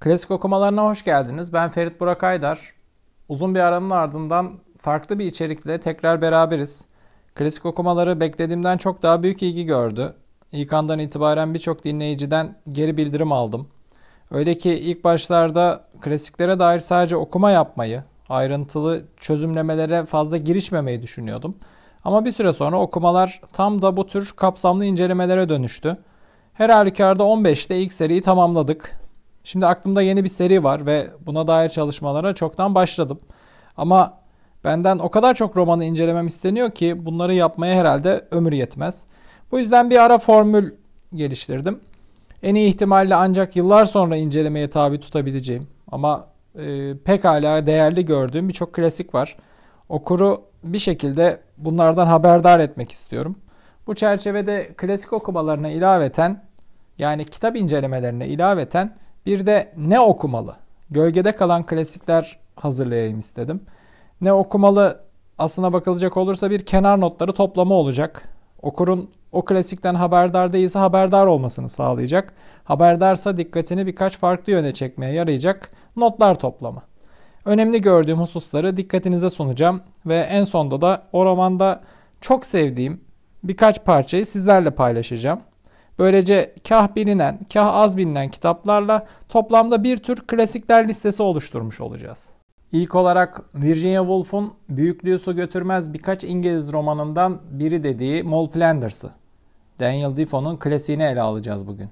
Klasik okumalarına hoş geldiniz. Ben Ferit Burak Aydar. Uzun bir aranın ardından farklı bir içerikle tekrar beraberiz. Klasik okumaları beklediğimden çok daha büyük ilgi gördü. İlk andan itibaren birçok dinleyiciden geri bildirim aldım. Öyle ki ilk başlarda klasiklere dair sadece okuma yapmayı, ayrıntılı çözümlemelere fazla girişmemeyi düşünüyordum. Ama bir süre sonra okumalar tam da bu tür kapsamlı incelemelere dönüştü. Her halükarda 15'te ilk seriyi tamamladık. Şimdi aklımda yeni bir seri var ve buna dair çalışmalara çoktan başladım. Ama benden o kadar çok romanı incelemem isteniyor ki bunları yapmaya herhalde ömür yetmez. Bu yüzden bir ara formül geliştirdim. En iyi ihtimalle ancak yıllar sonra incelemeye tabi tutabileceğim ama pekala değerli gördüğüm birçok klasik var. Okuru bir şekilde bunlardan haberdar etmek istiyorum. Bu çerçevede klasik okumalarına ilaveten, yani kitap incelemelerine ilaveten bir de ne okumalı, gölgede kalan klasikler hazırlayayım istedim. Ne okumalı aslına bakılacak olursa bir kenar notları toplamı olacak. Okurun o klasikten haberdar değilse haberdar olmasını sağlayacak. Haberdarsa dikkatini birkaç farklı yöne çekmeye yarayacak notlar toplamı. Önemli gördüğüm hususları dikkatinize sunacağım ve en sonda da o romanda çok sevdiğim birkaç parçayı sizlerle paylaşacağım. Böylece kah bilinen, kah az bilinen kitaplarla toplamda bir tür klasikler listesi oluşturmuş olacağız. İlk olarak Virginia Woolf'un büyüklüğü su götürmez birkaç İngiliz romanından biri dediği Moll Flanders'ı, Daniel Defoe'nun klasiğini ele alacağız bugün.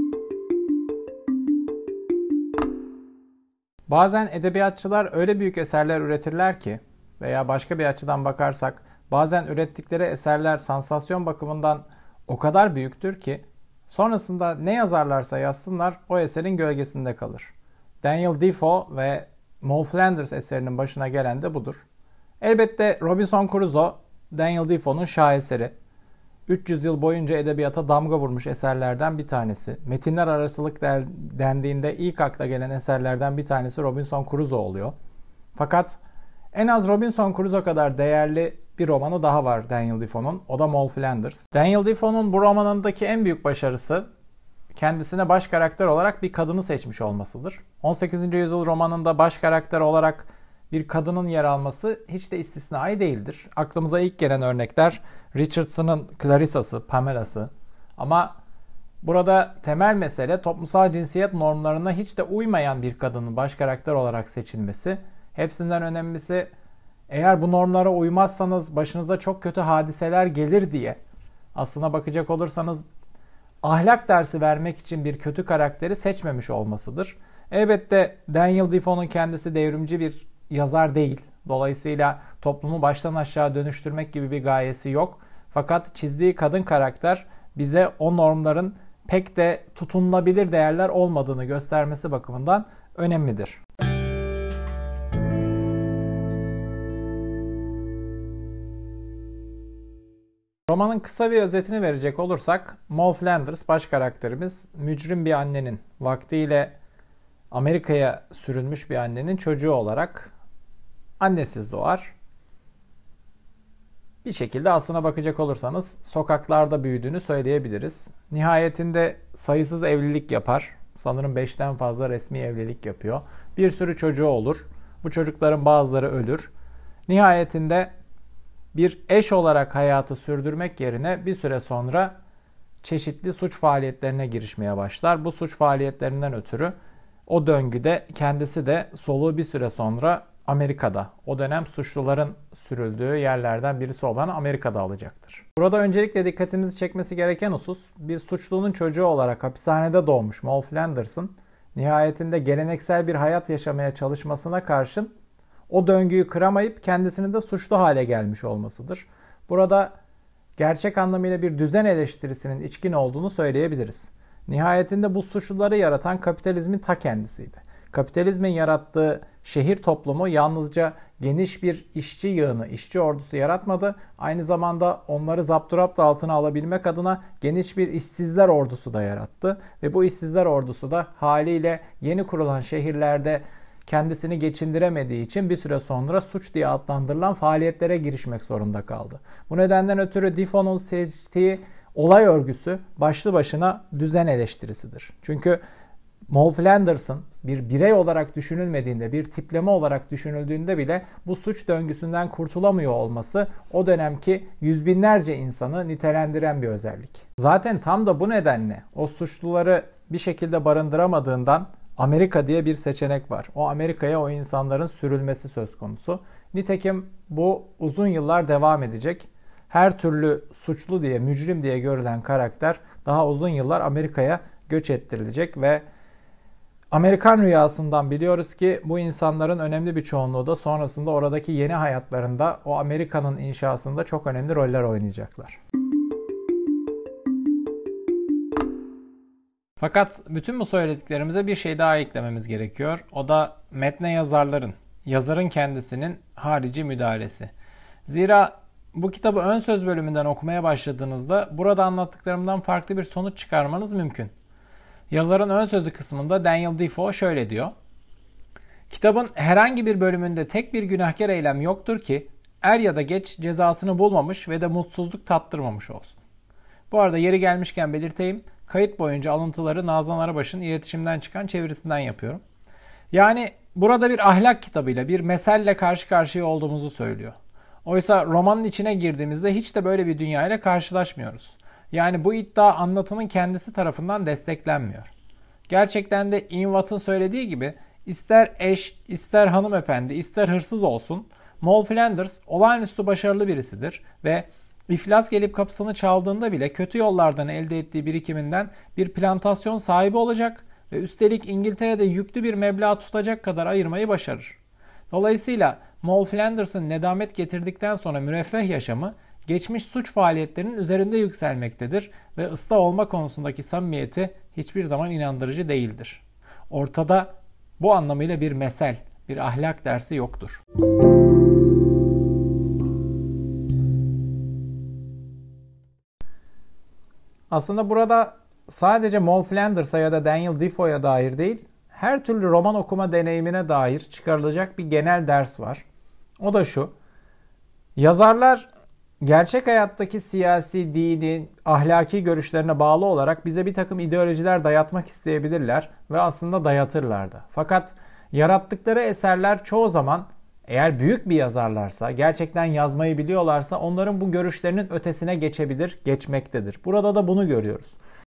Bazen edebiyatçılar öyle büyük eserler üretirler ki veya başka bir açıdan bakarsak bazen ürettikleri eserler sansasyon bakımından o kadar büyüktür ki sonrasında ne yazarlarsa yazsınlar o eserin gölgesinde kalır. Daniel Defoe ve Moll Flanders eserinin başına gelen de budur. Elbette Robinson Crusoe, Daniel Defoe'nun şaheseri. 300 yıl boyunca edebiyata damga vurmuş eserlerden bir tanesi. Metinler arasılık dendiğinde ilk akla gelen eserlerden bir tanesi Robinson Crusoe oluyor. Fakat en az Robinson Crusoe kadar değerli bir romanı daha var Daniel Defoe'nun. O da Moll Flanders. Daniel Defoe'nun bu romanındaki en büyük başarısı kendisine baş karakter olarak bir kadını seçmiş olmasıdır. 18. yüzyıl romanında baş karakter olarak bir kadının yer alması hiç de istisnai değildir. Aklımıza ilk gelen örnekler Richardson'ın Clarissa'sı, Pamela'sı. Ama burada temel mesele toplumsal cinsiyet normlarına hiç de uymayan bir kadının baş karakter olarak seçilmesi. Hepsinden önemlisi, eğer bu normlara uymazsanız başınıza çok kötü hadiseler gelir diye aslına bakacak olursanız ahlak dersi vermek için bir kötü karakteri seçmemiş olmasıdır. Elbette Daniel Defoe'nun kendisi devrimci bir yazar değil. Dolayısıyla toplumu baştan aşağı dönüştürmek gibi bir gayesi yok. Fakat çizdiği kadın karakter bize o normların pek de tutunulabilir değerler olmadığını göstermesi bakımından önemlidir. Romanın kısa bir özetini verecek olursak, Moll Flanders baş karakterimiz mücrim bir annenin, vaktiyle Amerika'ya sürülmüş bir annenin çocuğu olarak annesiz doğar. Bir şekilde aslına bakacak olursanız sokaklarda büyüdüğünü söyleyebiliriz. Nihayetinde sayısız evlilik yapar. Sanırım 5'ten fazla resmi evlilik yapıyor. Bir sürü çocuğu olur. Bu çocukların bazıları ölür. Nihayetinde bir eş olarak hayatı sürdürmek yerine bir süre sonra çeşitli suç faaliyetlerine girişmeye başlar. Bu suç faaliyetlerinden ötürü o döngüde kendisi de soluğu bir süre sonra Amerika'da, o dönem suçluların sürüldüğü yerlerden birisi olan Amerika'da alacaktır. Burada öncelikle dikkatimizi çekmesi gereken husus, bir suçlunun çocuğu olarak hapishanede doğmuş Moll Flanders'ın nihayetinde geleneksel bir hayat yaşamaya çalışmasına karşın o döngüyü kıramayıp kendisinin de suçlu hale gelmiş olmasıdır. Burada gerçek anlamıyla bir düzen eleştirisinin içkin olduğunu söyleyebiliriz. Nihayetinde bu suçluları yaratan kapitalizmin ta kendisiydi. Kapitalizmin yarattığı şehir toplumu yalnızca geniş bir işçi yığını, işçi ordusu yaratmadı. Aynı zamanda onları zapturapt altına alabilmek adına geniş bir işsizler ordusu da yarattı. Ve bu işsizler ordusu da haliyle yeni kurulan şehirlerde kendisini geçindiremediği için bir süre sonra suç diye adlandırılan faaliyetlere girişmek zorunda kaldı. Bu nedenden ötürü Defoe'nun seçtiği olay örgüsü başlı başına düzen eleştirisidir. Çünkü Moll Flanders'ın bir birey olarak düşünülmediğinde, bir tipleme olarak düşünüldüğünde bile bu suç döngüsünden kurtulamıyor olması o dönemki yüz binlerce insanı nitelendiren bir özellik. Zaten tam da bu nedenle o suçluları bir şekilde barındıramadığından Amerika diye bir seçenek var. O Amerika'ya o insanların sürülmesi söz konusu. Nitekim bu uzun yıllar devam edecek. Her türlü suçlu diye, mücrim diye görülen karakter daha uzun yıllar Amerika'ya göç ettirilecek ve Amerikan rüyasından biliyoruz ki bu insanların önemli bir çoğunluğu da sonrasında oradaki yeni hayatlarında o Amerika'nın inşasında çok önemli roller oynayacaklar. Fakat bütün bu söylediklerimize bir şey daha eklememiz gerekiyor. O da metne yazarın kendisinin harici müdahalesi. Zira bu kitabı ön söz bölümünden okumaya başladığınızda burada anlattıklarımdan farklı bir sonuç çıkarmanız mümkün. Yazarın ön sözü kısmında Daniel Defoe şöyle diyor. Kitabın herhangi bir bölümünde tek bir günahkar eylem yoktur ki er ya da geç cezasını bulmamış ve de mutsuzluk tattırmamış olsun. Bu arada yeri gelmişken belirteyim. Kayıt boyunca alıntıları Nazan Arabaş'ın iletişimden çıkan çevirisinden yapıyorum. Yani burada bir ahlak kitabıyla, bir meselle karşı karşıya olduğumuzu söylüyor. Oysa romanın içine girdiğimizde hiç de böyle bir dünyayla karşılaşmıyoruz. Yani bu iddia anlatının kendisi tarafından desteklenmiyor. Gerçekten de Ian Watt'ın söylediği gibi ister eş, ister hanımefendi, ister hırsız olsun Moll Flanders olağanüstü başarılı birisidir ve iflas gelip kapısını çaldığında bile kötü yollardan elde ettiği birikiminden bir plantasyon sahibi olacak ve üstelik İngiltere'de yüklü bir meblağ tutacak kadar ayırmayı başarır. Dolayısıyla Moll Flanders'ın nedamet getirdikten sonra müreffeh yaşamı geçmiş suç faaliyetlerinin üzerinde yükselmektedir ve ıslah olma konusundaki samimiyeti hiçbir zaman inandırıcı değildir. Ortada bu anlamıyla bir mesel, bir ahlak dersi yoktur. Aslında burada sadece Moll Flanders'a ya da Daniel Defoe'ya dair değil, her türlü roman okuma deneyimine dair çıkarılacak bir genel ders var. O da şu: yazarlar gerçek hayattaki siyasi, dini, ahlaki görüşlerine bağlı olarak bize bir takım ideolojiler dayatmak isteyebilirler ve aslında dayatırlar da. Fakat yarattıkları eserler çoğu zaman, eğer büyük bir yazarlarsa, gerçekten yazmayı biliyorlarsa onların bu görüşlerinin ötesine geçebilir, geçmektedir. Burada da bunu görüyoruz.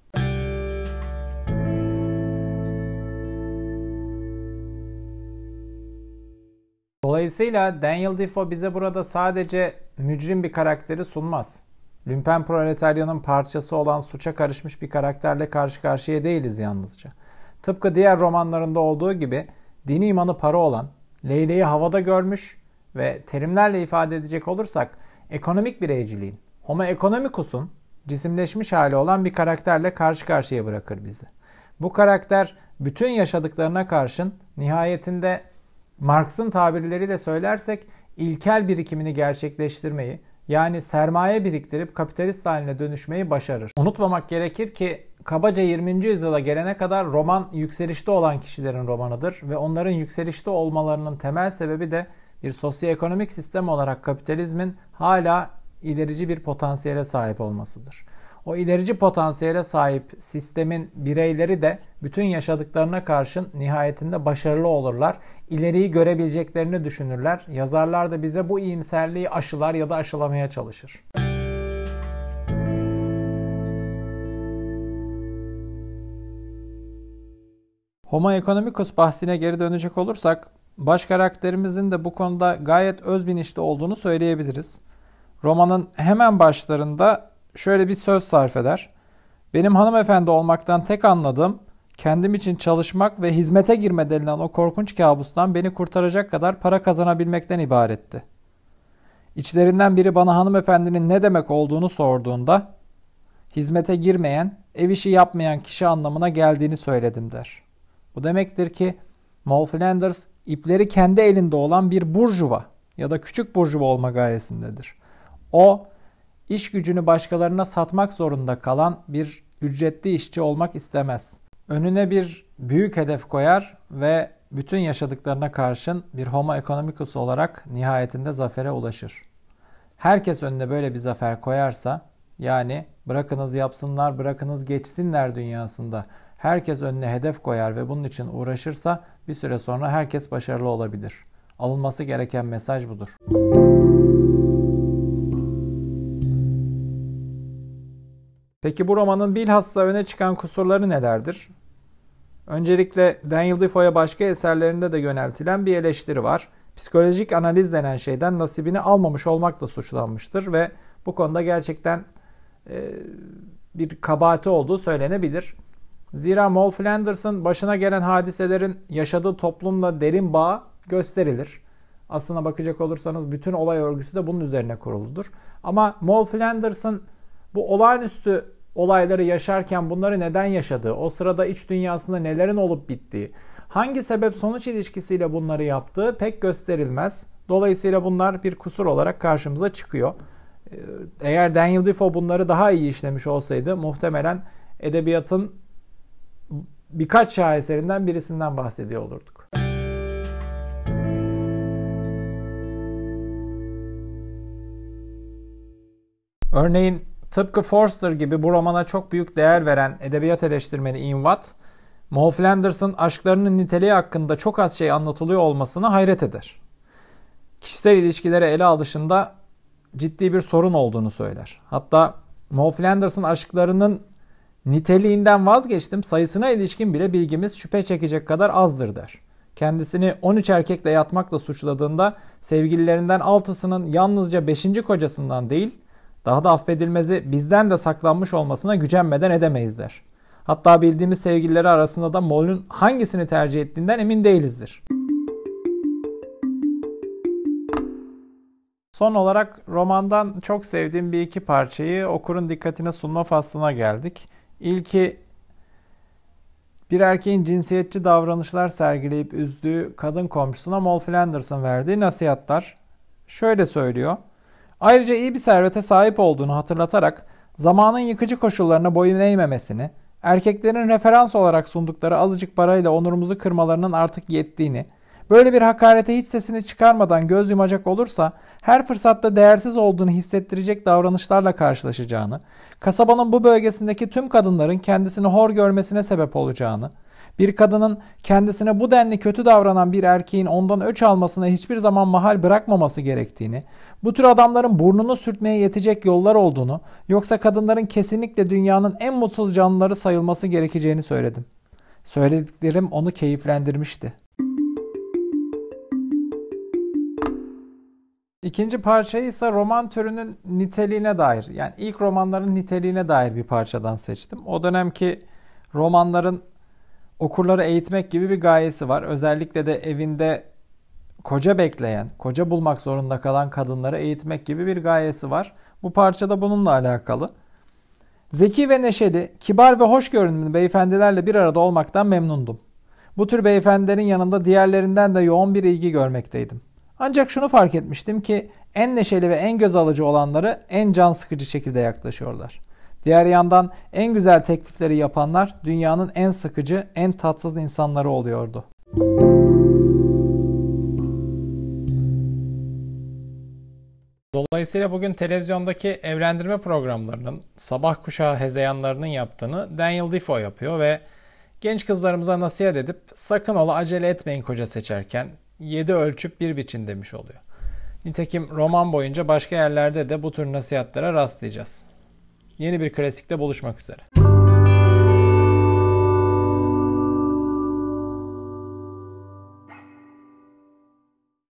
Dolayısıyla Daniel Defoe bize burada sadece mücrim bir karakteri sunmaz. Lümpen proletaryanın parçası olan suça karışmış bir karakterle karşı karşıya değiliz yalnızca. Tıpkı diğer romanlarında olduğu gibi dini imanı para olan, Leyleği havada görmüş ve terimlerle ifade edecek olursak ekonomik bireyciliğin, Homo economicus'un cisimleşmiş hali olan bir karakterle karşı karşıya bırakır bizi. Bu karakter bütün yaşadıklarına karşın nihayetinde Marx'ın tabirleriyle söylersek ilkel birikimini gerçekleştirmeyi, yani sermaye biriktirip kapitalist haline dönüşmeyi başarır. Unutmamak gerekir ki kabaca 20. yüzyıla gelene kadar roman yükselişte olan kişilerin romanıdır ve onların yükselişte olmalarının temel sebebi de bir sosyoekonomik sistem olarak kapitalizmin hala ilerici bir potansiyele sahip olmasıdır. O ilerici potansiyele sahip sistemin bireyleri de bütün yaşadıklarına karşın nihayetinde başarılı olurlar. İleriyi görebileceklerini düşünürler. Yazarlar da bize bu iyimserliği aşılar ya da aşılamaya çalışır. Homo economicus bahsine geri dönecek olursak, baş karakterimizin de bu konuda gayet özbilinçli olduğunu söyleyebiliriz. Romanın hemen başlarında şöyle bir söz sarf eder: "Benim hanımefendi olmaktan tek anladığım, kendim için çalışmak ve hizmete girme denilen o korkunç kabustan beni kurtaracak kadar para kazanabilmekten ibaretti." İçlerinden biri bana hanımefendinin ne demek olduğunu sorduğunda, hizmete girmeyen, ev işi yapmayan kişi anlamına geldiğini söyledim der. Bu demektir ki Moll Flanders ipleri kendi elinde olan bir burjuva ya da küçük burjuva olma gayesindedir. O, iş gücünü başkalarına satmak zorunda kalan bir ücretli işçi olmak istemez. Önüne bir büyük hedef koyar ve bütün yaşadıklarına karşın bir homo economicus olarak nihayetinde zafere ulaşır. Herkes önüne böyle bir zafer koyarsa, yani bırakınız yapsınlar, bırakınız geçsinler dünyasında herkes önüne hedef koyar ve bunun için uğraşırsa bir süre sonra herkes başarılı olabilir. Alınması gereken mesaj budur. Peki bu romanın bilhassa öne çıkan kusurları nelerdir? Öncelikle Daniel Defoe'ya başka eserlerinde de yöneltilen bir eleştiri var. Psikolojik analiz denen şeyden nasibini almamış olmakla suçlanmıştır ve bu konuda gerçekten bir kabahati olduğu söylenebilir. Zira Moll Flanders'ın başına gelen hadiselerin yaşadığı toplumla derin bağı gösterilir. Aslına bakacak olursanız bütün olay örgüsü de bunun üzerine kuruludur. Ama Moll Flanders'ın bu olağanüstü olayları yaşarken bunları neden yaşadığı, o sırada iç dünyasında nelerin olup bittiği, hangi sebep-sonuç ilişkisiyle bunları yaptığı pek gösterilmez. Dolayısıyla bunlar bir kusur olarak karşımıza çıkıyor. Eğer Daniel Defoe bunları daha iyi işlemiş olsaydı muhtemelen edebiyatın birkaç şaheserinden birisinden bahsediyor olurduk. Örneğin tıpkı Forster gibi bu romana çok büyük değer veren edebiyat eleştirmeni Ian Watt, Moll Flanders'ın aşklarının niteliği hakkında çok az şey anlatılıyor olmasına hayret eder. Kişisel ilişkilere ele alışında ciddi bir sorun olduğunu söyler. Hatta Moll Flanders'ın aşklarının niteliğinden vazgeçtim, sayısına ilişkin bile bilgimiz şüphe çekecek kadar azdır der. Kendisini 13 erkekle yatmakla suçladığında sevgililerinden 6'sının yalnızca 5. kocasından değil, daha da affedilmezi bizden de saklanmış olmasına gücenmeden edemeyiz der. Hatta bildiğimiz sevgilileri arasında da Moll'un hangisini tercih ettiğinden emin değilizdir. Son olarak romandan çok sevdiğim bir iki parçayı okurun dikkatine sunma faslına geldik. İlki bir erkeğin cinsiyetçi davranışlar sergileyip üzdüğü kadın komşusuna Moll Flanders'ın verdiği nasihatler. Şöyle söylüyor. Ayrıca iyi bir servete sahip olduğunu hatırlatarak zamanın yıkıcı koşullarına boyun eğmemesini, erkeklerin referans olarak sundukları azıcık parayla onurumuzu kırmalarının artık yettiğini, böyle bir hakarete hiç sesini çıkarmadan göz yumacak olursa her fırsatta değersiz olduğunu hissettirecek davranışlarla karşılaşacağını, kasabanın bu bölgesindeki tüm kadınların kendisini hor görmesine sebep olacağını, bir kadının kendisine bu denli kötü davranan bir erkeğin ondan öç almasına hiçbir zaman mahal bırakmaması gerektiğini, bu tür adamların burnunu sürtmeye yetecek yollar olduğunu, yoksa kadınların kesinlikle dünyanın en mutsuz canlıları sayılması gerekeceğini söyledim. Söylediklerim onu keyiflendirmişti. İkinci parçayı ise roman türünün niteliğine dair, yani ilk romanların niteliğine dair bir parçadan seçtim. O dönemki romanların okurları eğitmek gibi bir gayesi var. Özellikle de evinde koca bekleyen, koca bulmak zorunda kalan kadınları eğitmek gibi bir gayesi var. Bu parçada bununla alakalı. Zeki ve neşeli, kibar ve hoş görünümlü beyefendilerle bir arada olmaktan memnundum. Bu tür beyefendilerin yanında diğerlerinden de yoğun bir ilgi görmekteydim. Ancak şunu fark etmiştim ki en neşeli ve en göz alıcı olanları en can sıkıcı şekilde yaklaşıyorlar. Diğer yandan en güzel teklifleri yapanlar dünyanın en sıkıcı, en tatsız insanları oluyordu. Dolayısıyla bugün televizyondaki evlendirme programlarının, sabah kuşağı hezeyanlarının yaptığını Daniel Defoe yapıyor ve genç kızlarımıza nasihat edip sakın ola acele etmeyin koca seçerken, 7 ölçüp 1 biçin demiş oluyor. Nitekim roman boyunca başka yerlerde de bu tür nasihatlere rastlayacağız. Yeni bir klasikte buluşmak üzere.